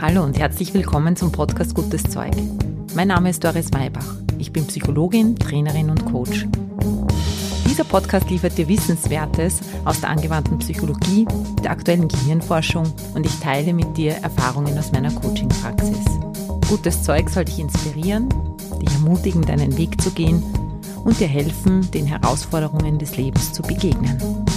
Hallo und herzlich willkommen zum Podcast Gutes Zeug. Mein Name ist Doris Maybach. Ich bin Psychologin, Trainerin und Coach. Dieser Podcast liefert dir Wissenswertes aus der angewandten Psychologie, der aktuellen Gehirnforschung und ich teile mit dir Erfahrungen aus meiner Coaching-Praxis. Gutes Zeug soll dich inspirieren, dich ermutigen, deinen Weg zu gehen und dir helfen, den Herausforderungen des Lebens zu begegnen.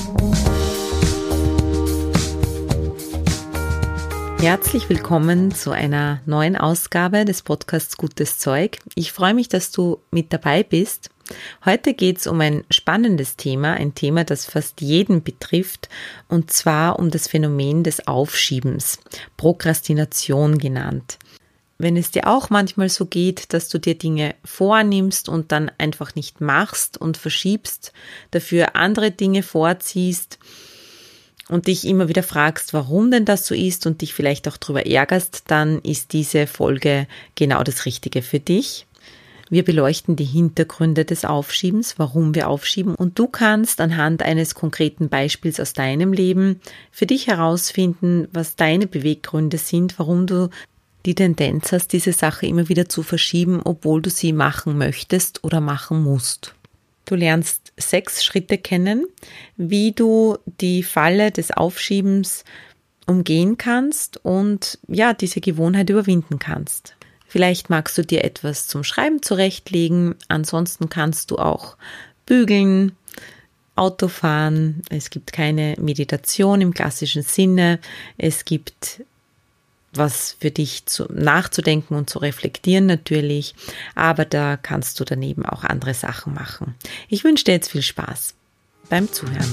Herzlich willkommen zu einer neuen Ausgabe des Podcasts Gutes Zeug. Ich freue mich, dass du mit dabei bist. Heute geht es um ein spannendes Thema, ein Thema, das fast jeden betrifft, und zwar um das Phänomen des Aufschiebens, Prokrastination genannt. Wenn es dir auch manchmal so geht, dass du dir Dinge vornimmst und dann einfach nicht machst und verschiebst, dafür andere Dinge vorziehst, und dich immer wieder fragst, warum denn das so ist und dich vielleicht auch darüber ärgerst, dann ist diese Folge genau das Richtige für dich. Wir beleuchten die Hintergründe des Aufschiebens, warum wir aufschieben, und du kannst anhand eines konkreten Beispiels aus deinem Leben für dich herausfinden, was deine Beweggründe sind, warum du die Tendenz hast, diese Sache immer wieder zu verschieben, obwohl du sie machen möchtest oder machen musst. Du lernst 6 Schritte kennen, wie du die Falle des Aufschiebens umgehen kannst und diese Gewohnheit überwinden kannst. Vielleicht magst du dir etwas zum Schreiben zurechtlegen, ansonsten kannst du auch bügeln, Auto fahren. Es gibt keine Meditation im klassischen Sinne, es gibt was für dich nachzudenken und zu reflektieren natürlich, aber da kannst du daneben auch andere Sachen machen. Ich wünsche dir jetzt viel Spaß beim Zuhören.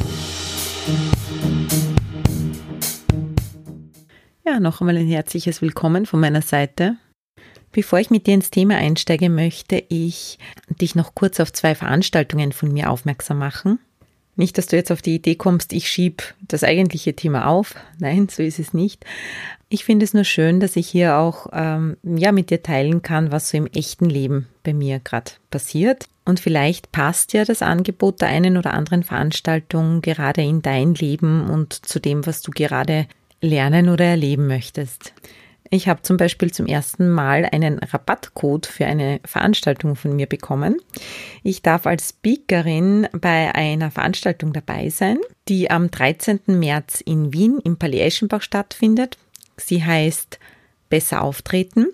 Ja, noch einmal ein herzliches Willkommen von meiner Seite. Bevor ich mit dir ins Thema einsteige, möchte ich dich noch kurz auf 2 Veranstaltungen von mir aufmerksam machen. Nicht, dass du jetzt auf die Idee kommst, ich schiebe das eigentliche Thema auf. Nein, so ist es nicht. Ich finde es nur schön, dass ich hier auch mit dir teilen kann, was so im echten Leben bei mir gerade passiert. Und vielleicht passt ja das Angebot der einen oder anderen Veranstaltung gerade in dein Leben und zu dem, was du gerade lernen oder erleben möchtest. Ich habe zum Beispiel zum ersten Mal einen Rabattcode für eine Veranstaltung von mir bekommen. Ich darf als Speakerin bei einer Veranstaltung dabei sein, die am 13. März in Wien im Palais Eschenbach stattfindet. Sie heißt Besser auftreten.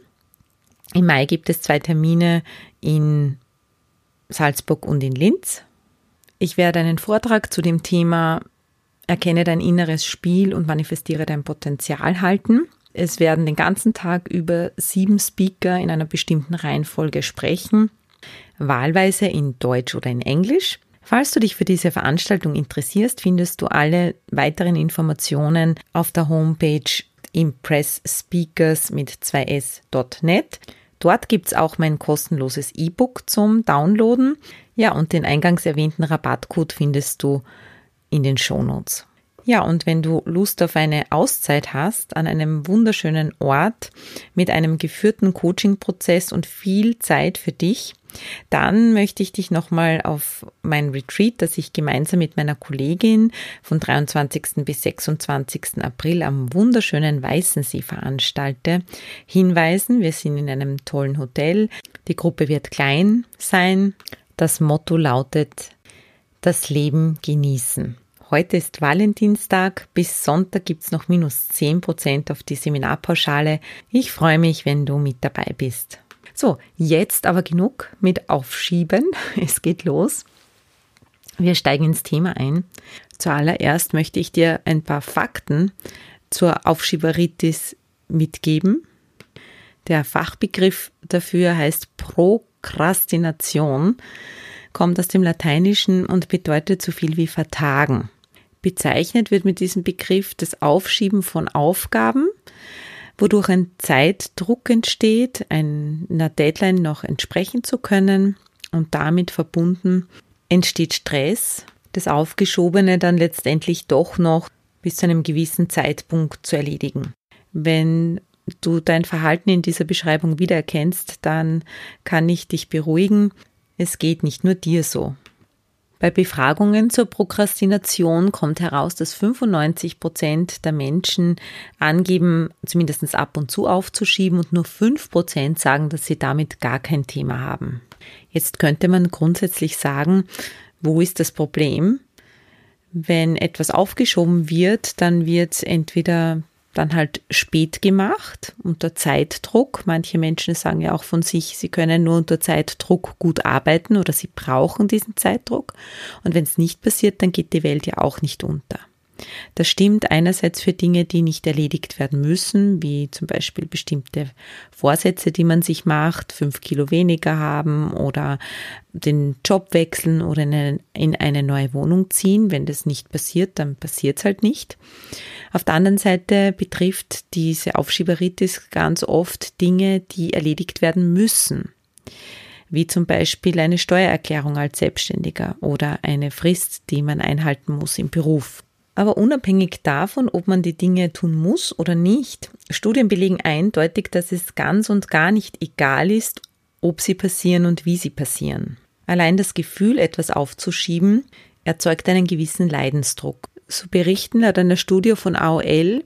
Im Mai gibt es 2 Termine in Salzburg und in Linz. Ich werde einen Vortrag zu dem Thema Erkenne dein inneres Spiel und manifestiere dein Potenzial halten. Es werden den ganzen Tag über 7 Speaker in einer bestimmten Reihenfolge sprechen, wahlweise in Deutsch oder in Englisch. Falls du dich für diese Veranstaltung interessierst, findest du alle weiteren Informationen auf der Homepage impressspeakers mit 2s.net. Dort gibt es auch mein kostenloses E-Book zum Downloaden. Ja, und den eingangs erwähnten Rabattcode findest du in den Shownotes. Ja, und wenn du Lust auf eine Auszeit hast, an einem wunderschönen Ort mit einem geführten Coaching-Prozess und viel Zeit für dich, dann möchte ich dich nochmal auf mein Retreat, das ich gemeinsam mit meiner Kollegin von 23. bis 26. April am wunderschönen Weißensee veranstalte, hinweisen. Wir sind in einem tollen Hotel. Die Gruppe wird klein sein. Das Motto lautet: Das Leben genießen. Heute ist Valentinstag, bis Sonntag gibt es noch -10% auf die Seminarpauschale. Ich freue mich, wenn du mit dabei bist. So, jetzt aber genug mit Aufschieben. Es geht los. Wir steigen ins Thema ein. Zuallererst möchte ich dir ein paar Fakten zur Aufschieberitis mitgeben. Der Fachbegriff dafür heißt Prokrastination, kommt aus dem Lateinischen und bedeutet so viel wie vertagen. Bezeichnet wird mit diesem Begriff das Aufschieben von Aufgaben, wodurch ein Zeitdruck entsteht, einer Deadline noch entsprechen zu können, und damit verbunden entsteht Stress, das Aufgeschobene dann letztendlich doch noch bis zu einem gewissen Zeitpunkt zu erledigen. Wenn du dein Verhalten in dieser Beschreibung wiedererkennst, dann kann ich dich beruhigen, es geht nicht nur dir so. Bei Befragungen zur Prokrastination kommt heraus, dass 95% der Menschen angeben, zumindest ab und zu aufzuschieben und nur 5% sagen, dass sie damit gar kein Thema haben. Jetzt könnte man grundsätzlich sagen, wo ist das Problem? Wenn etwas aufgeschoben wird, dann wird es entweder dann halt spät gemacht, unter Zeitdruck. Manche Menschen sagen ja auch von sich, sie können nur unter Zeitdruck gut arbeiten oder sie brauchen diesen Zeitdruck. Und wenn es nicht passiert, dann geht die Welt ja auch nicht unter. Das stimmt einerseits für Dinge, die nicht erledigt werden müssen, wie zum Beispiel bestimmte Vorsätze, die man sich macht, 5 Kilo weniger haben oder den Job wechseln oder in eine neue Wohnung ziehen. Wenn das nicht passiert, dann passiert es halt nicht. Auf der anderen Seite betrifft diese Aufschieberitis ganz oft Dinge, die erledigt werden müssen, wie zum Beispiel eine Steuererklärung als Selbstständiger oder eine Frist, die man einhalten muss im Beruf. Aber unabhängig davon, ob man die Dinge tun muss oder nicht, Studien belegen eindeutig, dass es ganz und gar nicht egal ist, ob sie passieren und wie sie passieren. Allein das Gefühl, etwas aufzuschieben, erzeugt einen gewissen Leidensdruck. So berichten laut einer Studie von AOL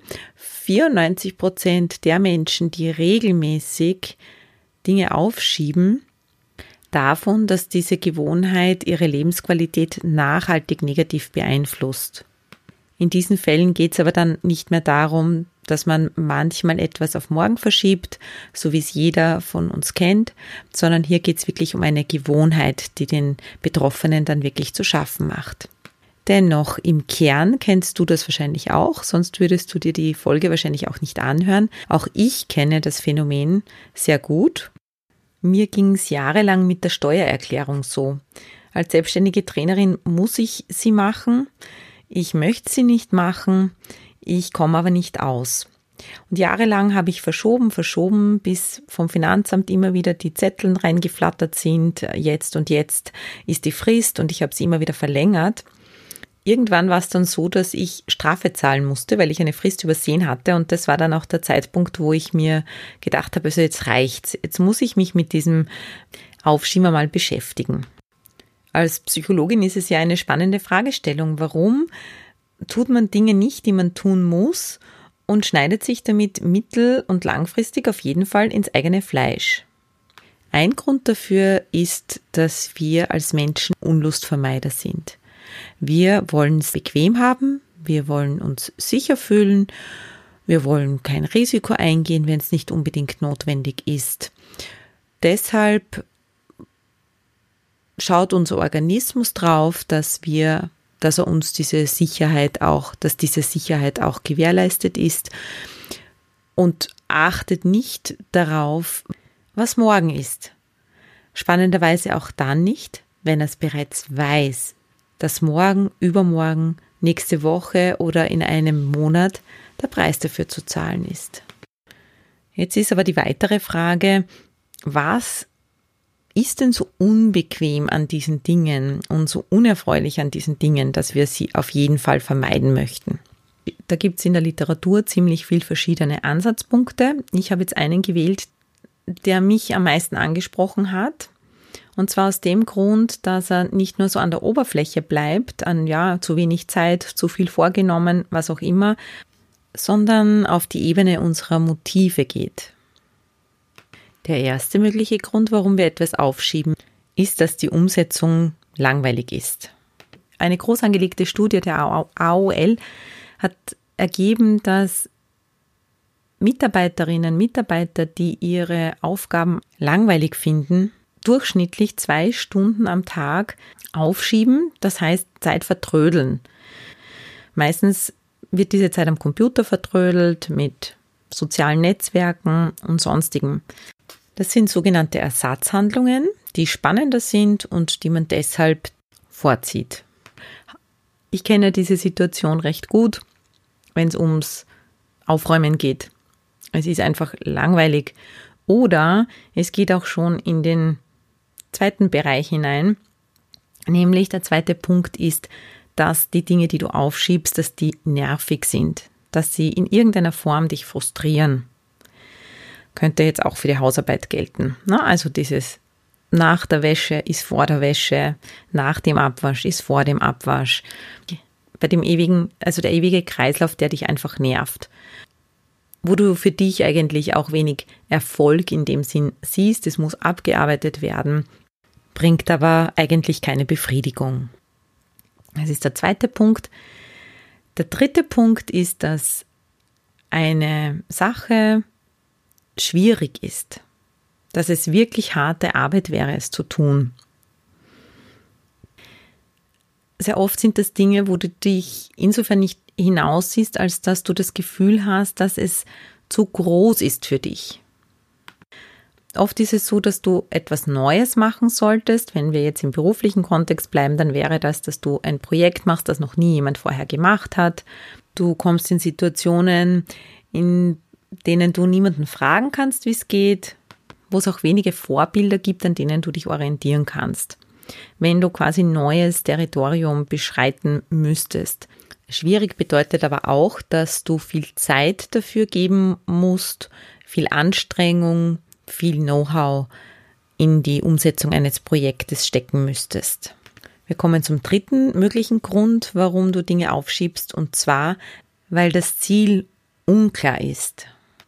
94% der Menschen, die regelmäßig Dinge aufschieben, davon, dass diese Gewohnheit ihre Lebensqualität nachhaltig negativ beeinflusst. In diesen Fällen geht es aber dann nicht mehr darum, dass man manchmal etwas auf morgen verschiebt, so wie es jeder von uns kennt, sondern hier geht es wirklich um eine Gewohnheit, die den Betroffenen dann wirklich zu schaffen macht. Dennoch, im Kern kennst du das wahrscheinlich auch, sonst würdest du dir die Folge wahrscheinlich auch nicht anhören. Auch ich kenne das Phänomen sehr gut. Mir ging es jahrelang mit der Steuererklärung so. Als selbstständige Trainerin muss ich sie machen. Ich möchte sie nicht machen, ich komme aber nicht aus. Und jahrelang habe ich verschoben, bis vom Finanzamt immer wieder die Zettel reingeflattert sind. Jetzt ist die Frist und ich habe sie immer wieder verlängert. Irgendwann war es dann so, dass ich Strafe zahlen musste, weil ich eine Frist übersehen hatte. Und das war dann auch der Zeitpunkt, wo ich mir gedacht habe, also jetzt reicht's. Jetzt muss ich mich mit diesem Aufschieben mal beschäftigen. Als Psychologin ist es ja eine spannende Fragestellung. Warum tut man Dinge nicht, die man tun muss und schneidet sich damit mittel- und langfristig auf jeden Fall ins eigene Fleisch? Ein Grund dafür ist, dass wir als Menschen Unlustvermeider sind. Wir wollen es bequem haben, wir wollen uns sicher fühlen, wir wollen kein Risiko eingehen, wenn es nicht unbedingt notwendig ist. Deshalb schaut unser Organismus drauf, dass diese Sicherheit auch gewährleistet ist und achtet nicht darauf, was morgen ist. Spannenderweise auch dann nicht, wenn er es bereits weiß, dass morgen, übermorgen, nächste Woche oder in einem Monat der Preis dafür zu zahlen ist. Jetzt ist aber die weitere Frage, was ist denn so unbequem an diesen Dingen und so unerfreulich an diesen Dingen, dass wir sie auf jeden Fall vermeiden möchten? Da gibt es in der Literatur ziemlich viel verschiedene Ansatzpunkte. Ich habe jetzt einen gewählt, der mich am meisten angesprochen hat. Und zwar aus dem Grund, dass er nicht nur so an der Oberfläche bleibt, zu wenig Zeit, zu viel vorgenommen, was auch immer, sondern auf die Ebene unserer Motive geht. Der erste mögliche Grund, warum wir etwas aufschieben, ist, dass die Umsetzung langweilig ist. Eine groß angelegte Studie der AOL hat ergeben, dass Mitarbeiterinnen und Mitarbeiter, die ihre Aufgaben langweilig finden, durchschnittlich 2 Stunden am Tag aufschieben, das heißt Zeit vertrödeln. Meistens wird diese Zeit am Computer vertrödelt mit sozialen Netzwerken und Sonstigem. Das sind sogenannte Ersatzhandlungen, die spannender sind und die man deshalb vorzieht. Ich kenne diese Situation recht gut, wenn es ums Aufräumen geht. Es ist einfach langweilig. Oder es geht auch schon in den zweiten Bereich hinein, nämlich der zweite Punkt ist, dass die Dinge, die du aufschiebst, dass die nervig sind, dass sie in irgendeiner Form dich frustrieren. Könnte jetzt auch für die Hausarbeit gelten. Also dieses nach der Wäsche ist vor der Wäsche, nach dem Abwasch ist vor dem Abwasch. Bei dem der ewige Kreislauf, der dich einfach nervt. Wo du für dich eigentlich auch wenig Erfolg in dem Sinn siehst, es muss abgearbeitet werden, bringt aber eigentlich keine Befriedigung. Das ist der zweite Punkt. Der dritte Punkt ist, dass eine Sache schwierig ist, dass es wirklich harte Arbeit wäre, es zu tun. Sehr oft sind das Dinge, wo du dich insofern nicht hinaussiehst, als dass du das Gefühl hast, dass es zu groß ist für dich. Oft ist es so, dass du etwas Neues machen solltest. Wenn wir jetzt im beruflichen Kontext bleiben, dann wäre das, dass du ein Projekt machst, das noch nie jemand vorher gemacht hat. Du kommst in Situationen, in denen du niemanden fragen kannst, wie es geht, wo es auch wenige Vorbilder gibt, an denen du dich orientieren kannst. Wenn du quasi neues Territorium beschreiten müsstest. Schwierig bedeutet aber auch, dass du viel Zeit dafür geben musst, viel Anstrengung, viel Know-how in die Umsetzung eines Projektes stecken müsstest. Wir kommen zum dritten möglichen Grund, warum du Dinge aufschiebst, und zwar, weil das Ziel unklar ist.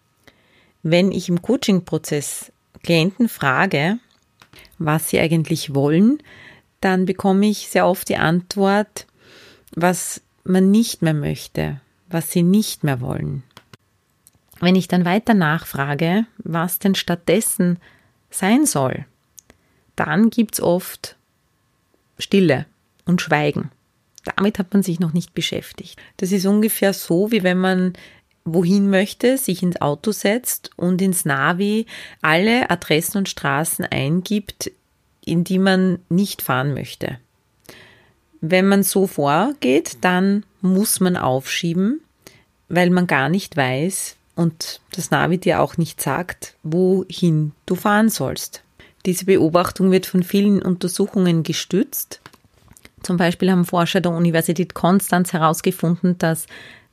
Wenn ich im Coaching-Prozess Klienten frage, was sie eigentlich wollen, dann bekomme ich sehr oft die Antwort, was man nicht mehr möchte, was sie nicht mehr wollen. Wenn ich dann weiter nachfrage, was denn stattdessen sein soll, dann gibt es oft Stille und Schweigen. Damit hat man sich noch nicht beschäftigt. Das ist ungefähr so, wie wenn man wohin möchte, sich ins Auto setzt und ins Navi alle Adressen und Straßen eingibt, in die man nicht fahren möchte. Wenn man so vorgeht, dann muss man aufschieben, weil man gar nicht weiß und das Navi dir auch nicht sagt, wohin du fahren sollst. Diese Beobachtung wird von vielen Untersuchungen gestützt. Zum Beispiel haben Forscher der Universität Konstanz herausgefunden, dass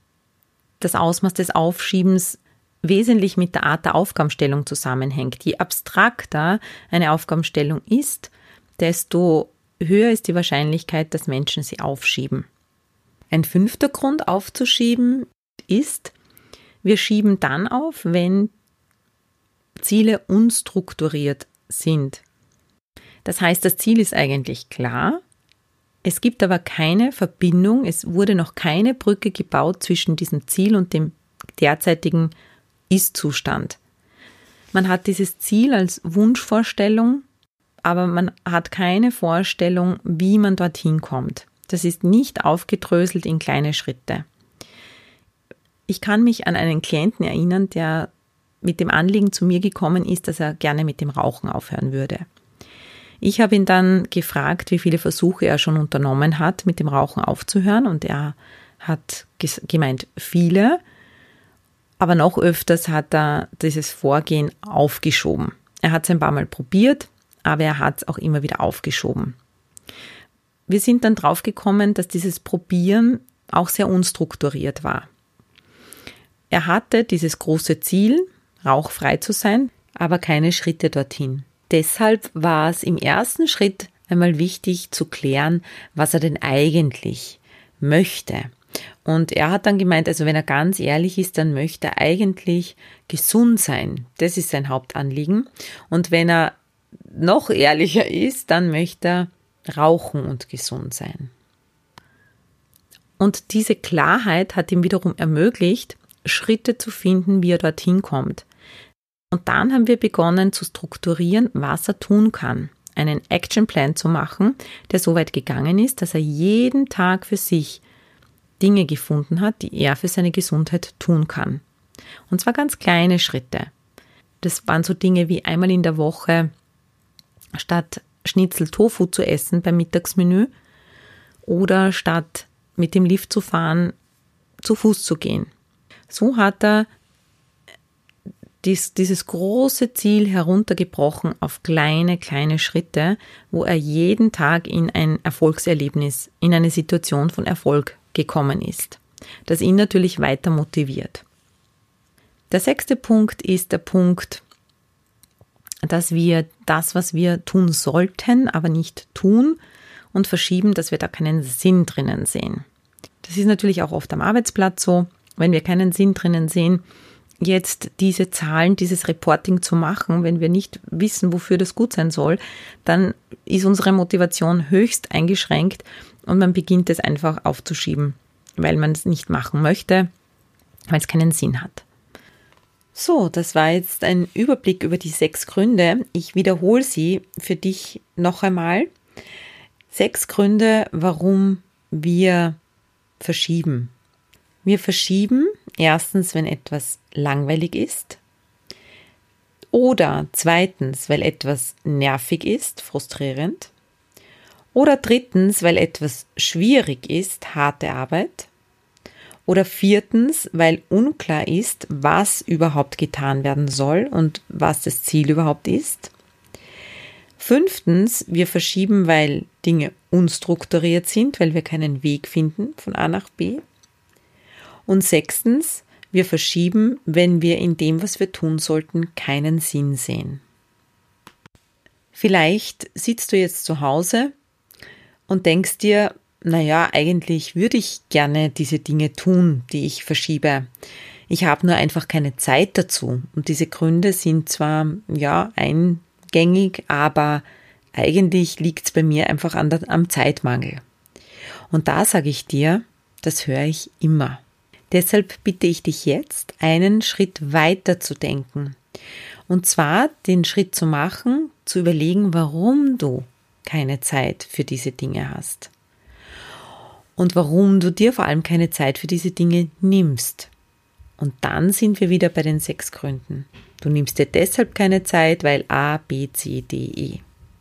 das Ausmaß des Aufschiebens wesentlich mit der Art der Aufgabenstellung zusammenhängt. Je abstrakter eine Aufgabenstellung ist, desto höher ist die Wahrscheinlichkeit, dass Menschen sie aufschieben. Ein fünfter Grund aufzuschieben ist, wir schieben dann auf, wenn Ziele unstrukturiert sind. Das heißt, das Ziel ist eigentlich klar, es gibt aber keine Verbindung, es wurde noch keine Brücke gebaut zwischen diesem Ziel und dem derzeitigen Ist-Zustand. Man hat dieses Ziel als Wunschvorstellung, aber man hat keine Vorstellung, wie man dorthin kommt. Das ist nicht aufgedröselt in kleine Schritte. Ich kann mich an einen Klienten erinnern, der mit dem Anliegen zu mir gekommen ist, dass er gerne mit dem Rauchen aufhören würde. Ich habe ihn dann gefragt, wie viele Versuche er schon unternommen hat, mit dem Rauchen aufzuhören, und er hat gemeint, viele, aber noch öfters hat er dieses Vorgehen aufgeschoben. Er hat es ein paar Mal probiert, aber er hat es auch immer wieder aufgeschoben. Wir sind dann drauf gekommen, dass dieses Probieren auch sehr unstrukturiert war. Er hatte dieses große Ziel, rauchfrei zu sein, aber keine Schritte dorthin. Deshalb war es im ersten Schritt einmal wichtig zu klären, was er denn eigentlich möchte. Und er hat dann gemeint, also wenn er ganz ehrlich ist, dann möchte er eigentlich gesund sein. Das ist sein Hauptanliegen. Und wenn er noch ehrlicher ist, dann möchte er rauchen und gesund sein. Und diese Klarheit hat ihm wiederum ermöglicht, Schritte zu finden, wie er dorthin kommt. Und dann haben wir begonnen zu strukturieren, was er tun kann. Einen Actionplan zu machen, der so weit gegangen ist, dass er jeden Tag für sich Dinge gefunden hat, die er für seine Gesundheit tun kann. Und zwar ganz kleine Schritte. Das waren so Dinge wie einmal in der Woche statt Schnitzel Tofu zu essen beim Mittagsmenü oder statt mit dem Lift zu fahren, zu Fuß zu gehen. So hat er dieses große Ziel heruntergebrochen auf kleine Schritte, wo er jeden Tag in ein Erfolgserlebnis, in eine Situation von Erfolg gekommen ist, das ihn natürlich weiter motiviert. Der 6. Punkt ist der Punkt, dass wir das, was wir tun sollten, aber nicht tun und verschieben, dass wir da keinen Sinn drinnen sehen. Das ist natürlich auch oft am Arbeitsplatz so, wenn wir keinen Sinn drinnen sehen, jetzt diese Zahlen, dieses Reporting zu machen, wenn wir nicht wissen, wofür das gut sein soll, dann ist unsere Motivation höchst eingeschränkt und man beginnt es einfach aufzuschieben, weil man es nicht machen möchte, weil es keinen Sinn hat. So, das war jetzt ein Überblick über die 6 Gründe. Ich wiederhole sie für dich noch einmal. 6 Gründe, warum wir verschieben. Wir verschieben erstens, wenn etwas langweilig ist, oder zweitens, weil etwas nervig ist, frustrierend, oder drittens, weil etwas schwierig ist, harte Arbeit, oder viertens, weil unklar ist, was überhaupt getan werden soll und was das Ziel überhaupt ist. Fünftens, wir verschieben, weil Dinge unstrukturiert sind, weil wir keinen Weg finden von A nach B. Und sechstens, wir verschieben, wenn wir in dem, was wir tun sollten, keinen Sinn sehen. Vielleicht sitzt du jetzt zu Hause und denkst dir, naja, eigentlich würde ich gerne diese Dinge tun, die ich verschiebe. Ich habe nur einfach keine Zeit dazu. Und diese Gründe sind zwar eingängig, aber eigentlich liegt es bei mir einfach am Zeitmangel. Und da sage ich dir, das höre ich immer. Deshalb bitte ich dich jetzt, einen Schritt weiter zu denken. Und zwar den Schritt zu machen, zu überlegen, warum du keine Zeit für diese Dinge hast. Und warum du dir vor allem keine Zeit für diese Dinge nimmst. Und dann sind wir wieder bei den 6 Gründen. Du nimmst dir deshalb keine Zeit, weil A, B, C, D, E.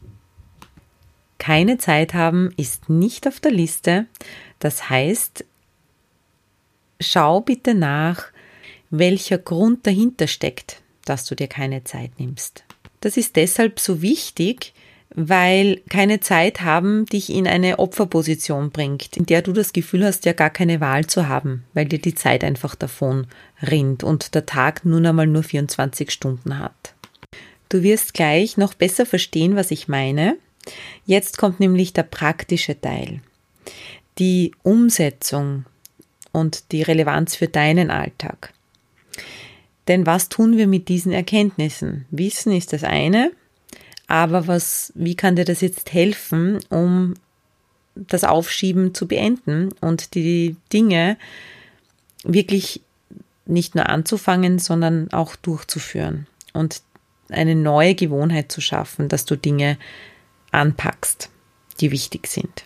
Keine Zeit haben ist nicht auf der Liste. Das heißt, schau bitte nach, welcher Grund dahinter steckt, dass du dir keine Zeit nimmst. Das ist deshalb so wichtig, weil keine Zeit haben dich in eine Opferposition bringt, in der du das Gefühl hast, ja gar keine Wahl zu haben, weil dir die Zeit einfach davon rinnt und der Tag nun einmal nur 24 Stunden hat. Du wirst gleich noch besser verstehen, was ich meine. Jetzt kommt nämlich der praktische Teil, die Umsetzung und die Relevanz für deinen Alltag. Denn was tun wir mit diesen Erkenntnissen? Wissen ist das eine, aber wie kann dir das jetzt helfen, um das Aufschieben zu beenden und die Dinge wirklich nicht nur anzufangen, sondern auch durchzuführen und eine neue Gewohnheit zu schaffen, dass du Dinge anpackst, die wichtig sind.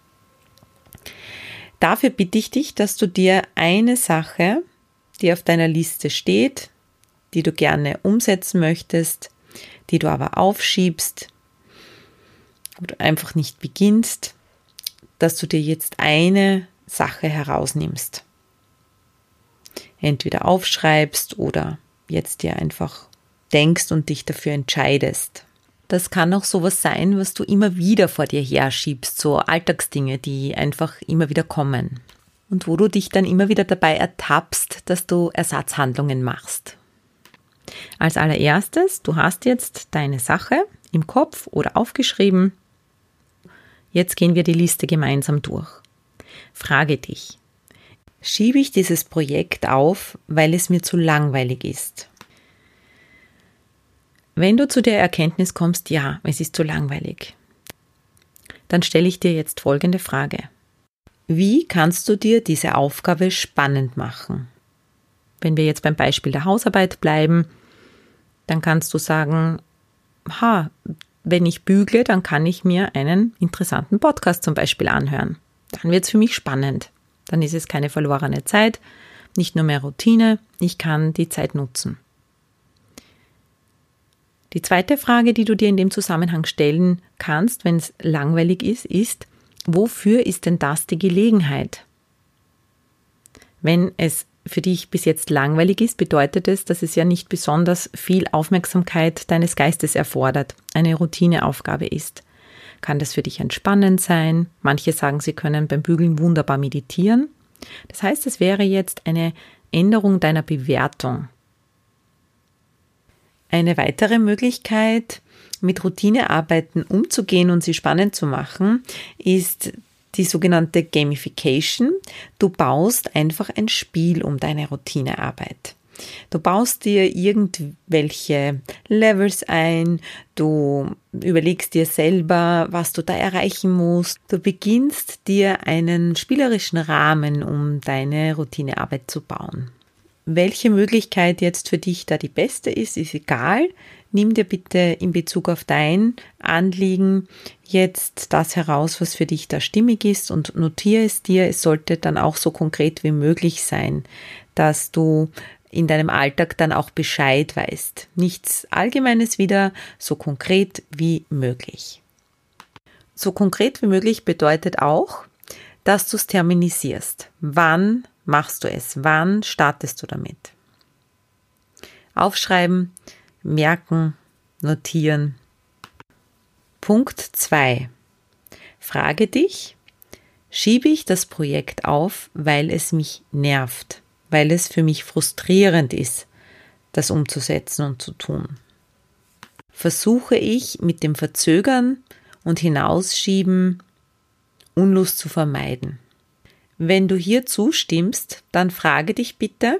Dafür bitte ich dich, dass du dir eine Sache, die auf deiner Liste steht, die du gerne umsetzen möchtest, die du aber aufschiebst oder einfach nicht beginnst, dass du dir jetzt eine Sache herausnimmst. Entweder aufschreibst oder jetzt dir einfach denkst und dich dafür entscheidest. Das kann auch sowas sein, was du immer wieder vor dir herschiebst, so Alltagsdinge, die einfach immer wieder kommen. Und wo du dich dann immer wieder dabei ertappst, dass du Ersatzhandlungen machst. Als allererstes, du hast jetzt deine Sache im Kopf oder aufgeschrieben. Jetzt gehen wir die Liste gemeinsam durch. Frage dich, schiebe ich dieses Projekt auf, weil es mir zu langweilig ist? Wenn du zu der Erkenntnis kommst, ja, es ist zu langweilig, dann stelle ich dir jetzt folgende Frage. Wie kannst du dir diese Aufgabe spannend machen? Wenn wir jetzt beim Beispiel der Hausarbeit bleiben, dann kannst du sagen, wenn ich bügle, dann kann ich mir einen interessanten Podcast zum Beispiel anhören. Dann wird es für mich spannend. Dann ist es keine verlorene Zeit, nicht nur mehr Routine, ich kann die Zeit nutzen. Die zweite Frage, die du dir in dem Zusammenhang stellen kannst, wenn es langweilig ist, wofür ist denn das die Gelegenheit? Wenn es für dich bis jetzt langweilig ist, bedeutet es, dass es ja nicht besonders viel Aufmerksamkeit deines Geistes erfordert, eine Routineaufgabe ist. Kann das für dich entspannend sein? Manche sagen, sie können beim Bügeln wunderbar meditieren. Das heißt, es wäre jetzt eine Änderung deiner Bewertung. Eine weitere Möglichkeit, mit Routinearbeiten umzugehen und sie spannend zu machen, ist die sogenannte Gamification. Du baust einfach ein Spiel um deine Routinearbeit. Du baust dir irgendwelche Levels ein, du überlegst dir selber, was du da erreichen musst. Du beginnst dir einen spielerischen Rahmen um deine Routinearbeit zu bauen. Welche Möglichkeit jetzt für dich da die beste ist egal. Nimm dir bitte in Bezug auf dein Anliegen jetzt das heraus, was für dich da stimmig ist und notiere es dir. Es sollte dann auch so konkret wie möglich sein, dass du in deinem Alltag dann auch Bescheid weißt. Nichts Allgemeines wieder, so konkret wie möglich. So konkret wie möglich bedeutet auch, dass du es terminisierst. Wann machst du es? Wann startest du damit? Aufschreiben, merken, notieren. Punkt 2. Frage dich, schiebe ich das Projekt auf, weil es mich nervt, weil es für mich frustrierend ist, das umzusetzen und zu tun? Versuche ich mit dem Verzögern und Hinausschieben Unlust zu vermeiden? Wenn du hier zustimmst, dann frage dich bitte,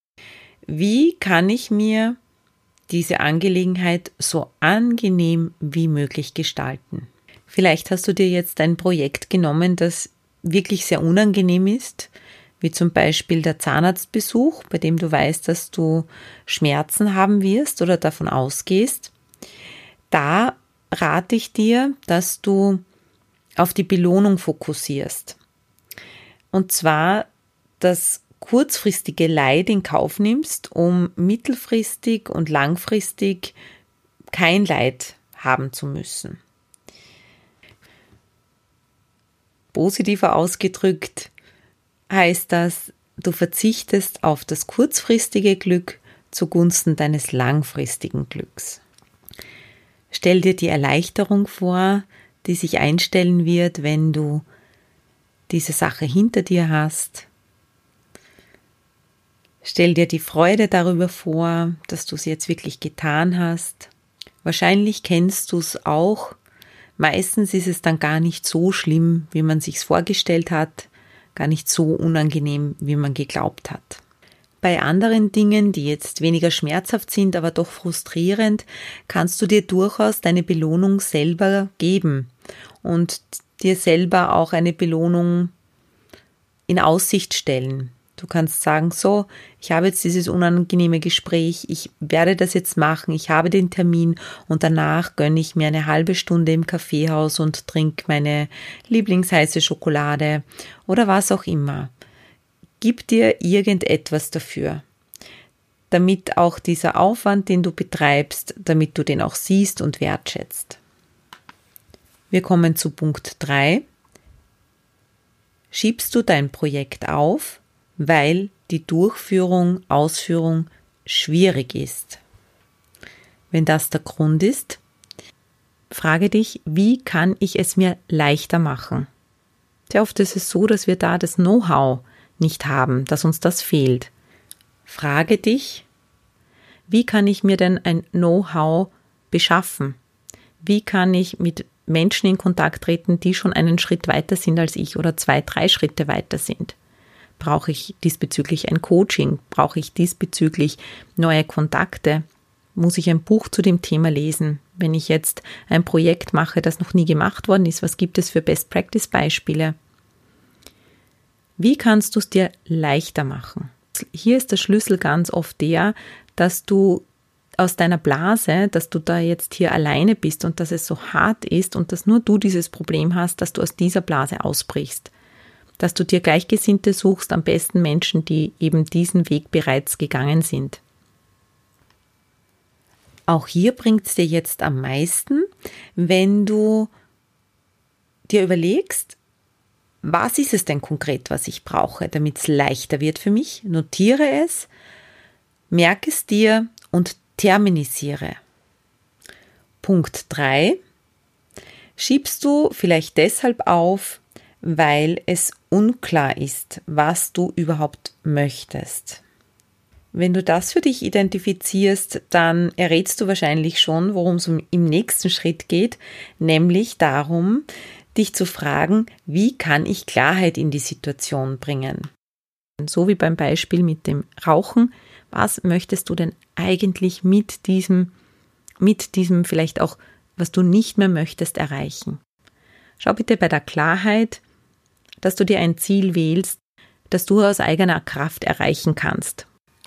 wie kann ich mir diese Angelegenheit so angenehm wie möglich gestalten? Vielleicht hast du dir jetzt ein Projekt genommen, das wirklich sehr unangenehm ist, wie zum Beispiel der Zahnarztbesuch, bei dem du weißt, dass du Schmerzen haben wirst oder davon ausgehst. Da rate ich dir, dass du auf die Belohnung fokussierst. Und zwar das kurzfristige Leid in Kauf nimmst, um mittelfristig und langfristig kein Leid haben zu müssen. Positiver ausgedrückt heißt das, du verzichtest auf das kurzfristige Glück zugunsten deines langfristigen Glücks. Stell dir die Erleichterung vor, die sich einstellen wird, wenn du diese Sache hinter dir hast. Stell dir die Freude darüber vor, dass du es jetzt wirklich getan hast. Wahrscheinlich kennst du es auch. Meistens ist es dann gar nicht so schlimm, wie man sich's vorgestellt hat, gar nicht so unangenehm, wie man geglaubt hat. Bei anderen Dingen, die jetzt weniger schmerzhaft sind, aber doch frustrierend, kannst du dir durchaus deine Belohnung selber geben und dir selber auch eine Belohnung in Aussicht stellen. Du kannst sagen, so, ich habe jetzt dieses unangenehme Gespräch, ich werde das jetzt machen, ich habe den Termin und danach gönne ich mir eine halbe Stunde im Kaffeehaus und trinke meine lieblingsheiße Schokolade oder was auch immer. Gib dir irgendetwas dafür, damit auch dieser Aufwand, den du betreibst, damit du den auch siehst und wertschätzt. Wir kommen zu Punkt 3. Schiebst du dein Projekt auf, weil die Ausführung schwierig ist? Wenn das der Grund ist, frage dich, wie kann ich es mir leichter machen? Sehr oft ist es so, dass wir da das Know-how nicht haben, dass uns das fehlt. Frage dich, wie kann ich mir denn ein Know-how beschaffen? Wie kann ich mit Menschen in Kontakt treten, die schon einen Schritt weiter sind als ich oder 2, 3 Schritte weiter sind? Brauche ich diesbezüglich ein Coaching? Brauche ich diesbezüglich neue Kontakte? Muss ich ein Buch zu dem Thema lesen? Wenn ich jetzt ein Projekt mache, das noch nie gemacht worden ist, was gibt es für Best-Practice-Beispiele? Wie kannst du es dir leichter machen? Hier ist der Schlüssel ganz oft der, dass du aus deiner Blase, dass du da jetzt hier alleine bist und dass es so hart ist und dass nur du dieses Problem hast, dass du aus dieser Blase ausbrichst. Dass du dir Gleichgesinnte suchst, am besten Menschen, die eben diesen Weg bereits gegangen sind. Auch hier bringt es dir jetzt am meisten, wenn du dir überlegst, was ist es denn konkret, was ich brauche, damit es leichter wird für mich? Notiere es, merke es dir und terminisiere. Punkt 3. Schiebst du vielleicht deshalb auf, weil es unklar ist, was du überhaupt möchtest. Wenn du das für dich identifizierst, dann errätst du wahrscheinlich schon, worum es im nächsten Schritt geht, nämlich darum, dich zu fragen, wie kann ich Klarheit in die Situation bringen? So wie beim Beispiel mit dem Rauchen, was möchtest du denn eigentlich mit diesem vielleicht auch, was du nicht mehr möchtest, erreichen? Schau bitte bei der Klarheit, dass du dir ein Ziel wählst, das du aus eigener Kraft erreichen kannst.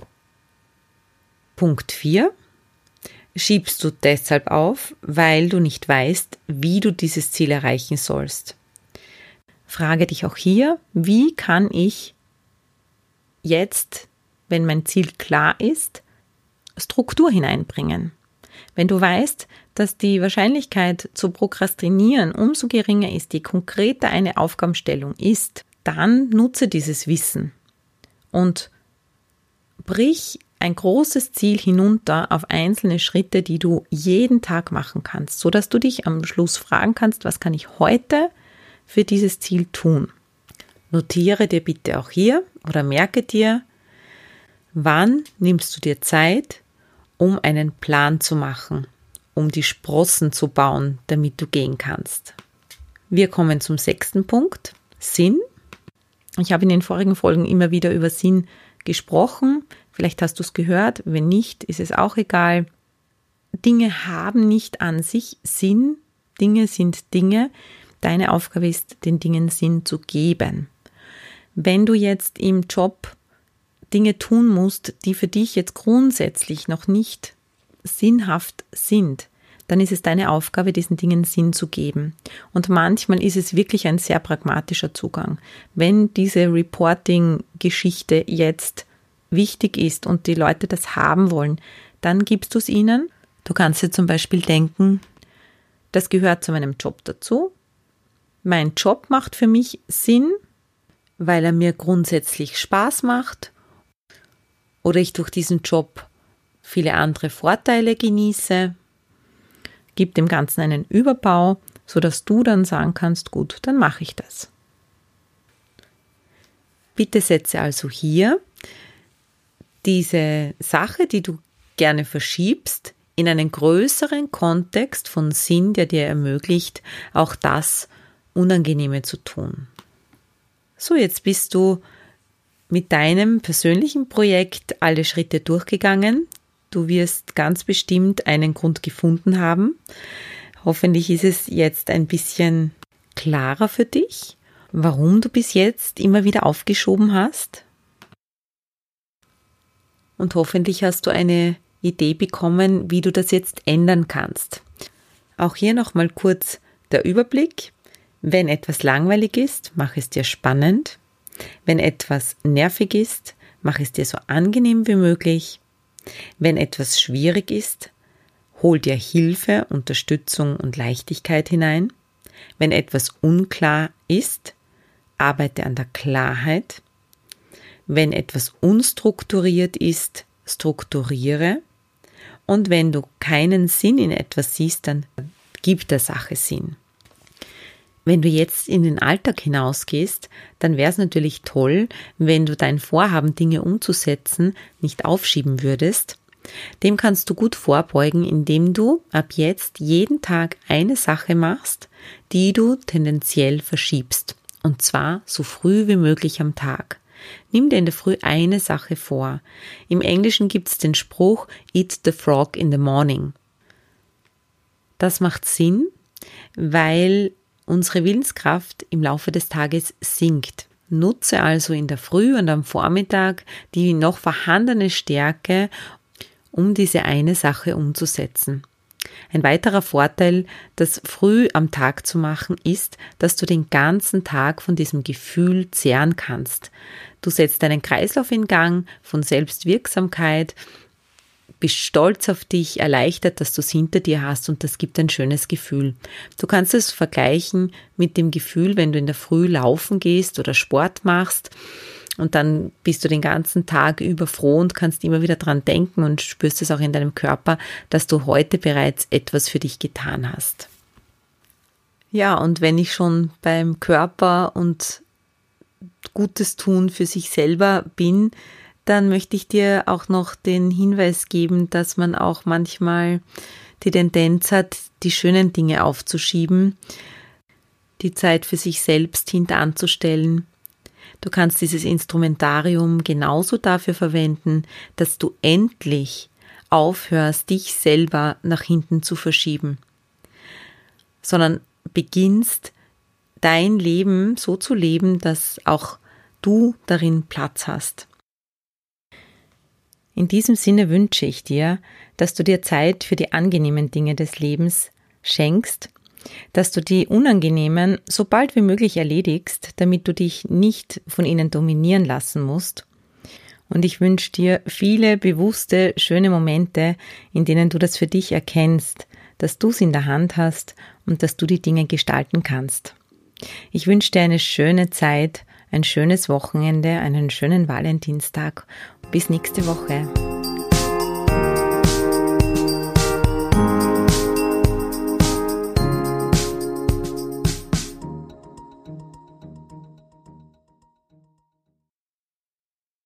Punkt 4. Schiebst du deshalb auf, weil du nicht weißt, wie du dieses Ziel erreichen sollst. Frage dich auch hier, wie kann ich jetzt, wenn mein Ziel klar ist, Struktur hineinbringen? Wenn du weißt, dass die Wahrscheinlichkeit zu prokrastinieren umso geringer ist, je konkreter eine Aufgabenstellung ist, dann nutze dieses Wissen und brich ein großes Ziel hinunter auf einzelne Schritte, die du jeden Tag machen kannst, sodass du dich am Schluss fragen kannst, was kann ich heute für dieses Ziel tun? Notiere dir bitte auch hier oder merke dir, wann nimmst du dir Zeit, um einen Plan zu machen, um die Sprossen zu bauen, damit du gehen kannst. Wir kommen zum 6. Punkt, Sinn. Ich habe in den vorigen Folgen immer wieder über Sinn gesprochen. Vielleicht hast du es gehört, wenn nicht, ist es auch egal. Dinge haben nicht an sich Sinn, Dinge sind Dinge. Deine Aufgabe ist, den Dingen Sinn zu geben. Wenn du jetzt im Job Dinge tun musst, die für dich jetzt grundsätzlich noch nicht sinnhaft sind, dann ist es deine Aufgabe, diesen Dingen Sinn zu geben. Und manchmal ist es wirklich ein sehr pragmatischer Zugang. Wenn diese Reporting-Geschichte jetzt wichtig ist und die Leute das haben wollen, dann gibst du es ihnen. Du kannst dir zum Beispiel denken, das gehört zu meinem Job dazu. Mein Job macht für mich Sinn, weil er mir grundsätzlich Spaß macht oder ich durch diesen Job viele andere Vorteile genieße. Gib dem Ganzen einen Überbau, sodass du dann sagen kannst, gut, dann mache ich das. Bitte setze also hier diese Sache, die du gerne verschiebst, in einen größeren Kontext von Sinn, der dir ermöglicht, auch das Unangenehme zu tun. So, jetzt bist du mit deinem persönlichen Projekt alle Schritte durchgegangen. Du wirst ganz bestimmt einen Grund gefunden haben. Hoffentlich ist es jetzt ein bisschen klarer für dich, warum du bis jetzt immer wieder aufgeschoben hast. Und hoffentlich hast du eine Idee bekommen, wie du das jetzt ändern kannst. Auch hier nochmal kurz der Überblick. Wenn etwas langweilig ist, mach es dir spannend. Wenn etwas nervig ist, mach es dir so angenehm wie möglich. Wenn etwas schwierig ist, hol dir Hilfe, Unterstützung und Leichtigkeit hinein. Wenn etwas unklar ist, arbeite an der Klarheit. Wenn etwas unstrukturiert ist, strukturiere. Und wenn du keinen Sinn in etwas siehst, dann gib der Sache Sinn. Wenn du jetzt in den Alltag hinausgehst, dann wäre es natürlich toll, wenn du dein Vorhaben, Dinge umzusetzen, nicht aufschieben würdest. Dem kannst du gut vorbeugen, indem du ab jetzt jeden Tag eine Sache machst, die du tendenziell verschiebst. Und zwar so früh wie möglich am Tag. Nimm dir in der Früh eine Sache vor. Im Englischen gibt es den Spruch, eat the frog in the morning. Das macht Sinn, weil unsere Willenskraft im Laufe des Tages sinkt. Nutze also in der Früh und am Vormittag die noch vorhandene Stärke, um diese eine Sache umzusetzen. Ein weiterer Vorteil, das früh am Tag zu machen, ist, dass du den ganzen Tag von diesem Gefühl zehren kannst. Du setzt einen Kreislauf in Gang von Selbstwirksamkeit, bist stolz auf dich, erleichtert, dass du es hinter dir hast und das gibt ein schönes Gefühl. Du kannst es vergleichen mit dem Gefühl, wenn du in der Früh laufen gehst oder Sport machst und dann bist du den ganzen Tag über froh und kannst immer wieder dran denken und spürst es auch in deinem Körper, dass du heute bereits etwas für dich getan hast. Ja, und wenn ich schon beim Körper und Gutes tun für sich selber bin, dann möchte ich dir auch noch den Hinweis geben, dass man auch manchmal die Tendenz hat, die schönen Dinge aufzuschieben, die Zeit für sich selbst hintanzustellen. Du kannst dieses Instrumentarium genauso dafür verwenden, dass du endlich aufhörst, dich selber nach hinten zu verschieben, sondern beginnst, dein Leben so zu leben, dass auch du darin Platz hast. In diesem Sinne wünsche ich dir, dass du dir Zeit für die angenehmen Dinge des Lebens schenkst, dass du die unangenehmen so bald wie möglich erledigst, damit du dich nicht von ihnen dominieren lassen musst. Und ich wünsche dir viele bewusste, schöne Momente, in denen du das für dich erkennst, dass du es in der Hand hast und dass du die Dinge gestalten kannst. Ich wünsche dir eine schöne Zeit, ein schönes Wochenende, einen schönen Valentinstag. Bis nächste Woche.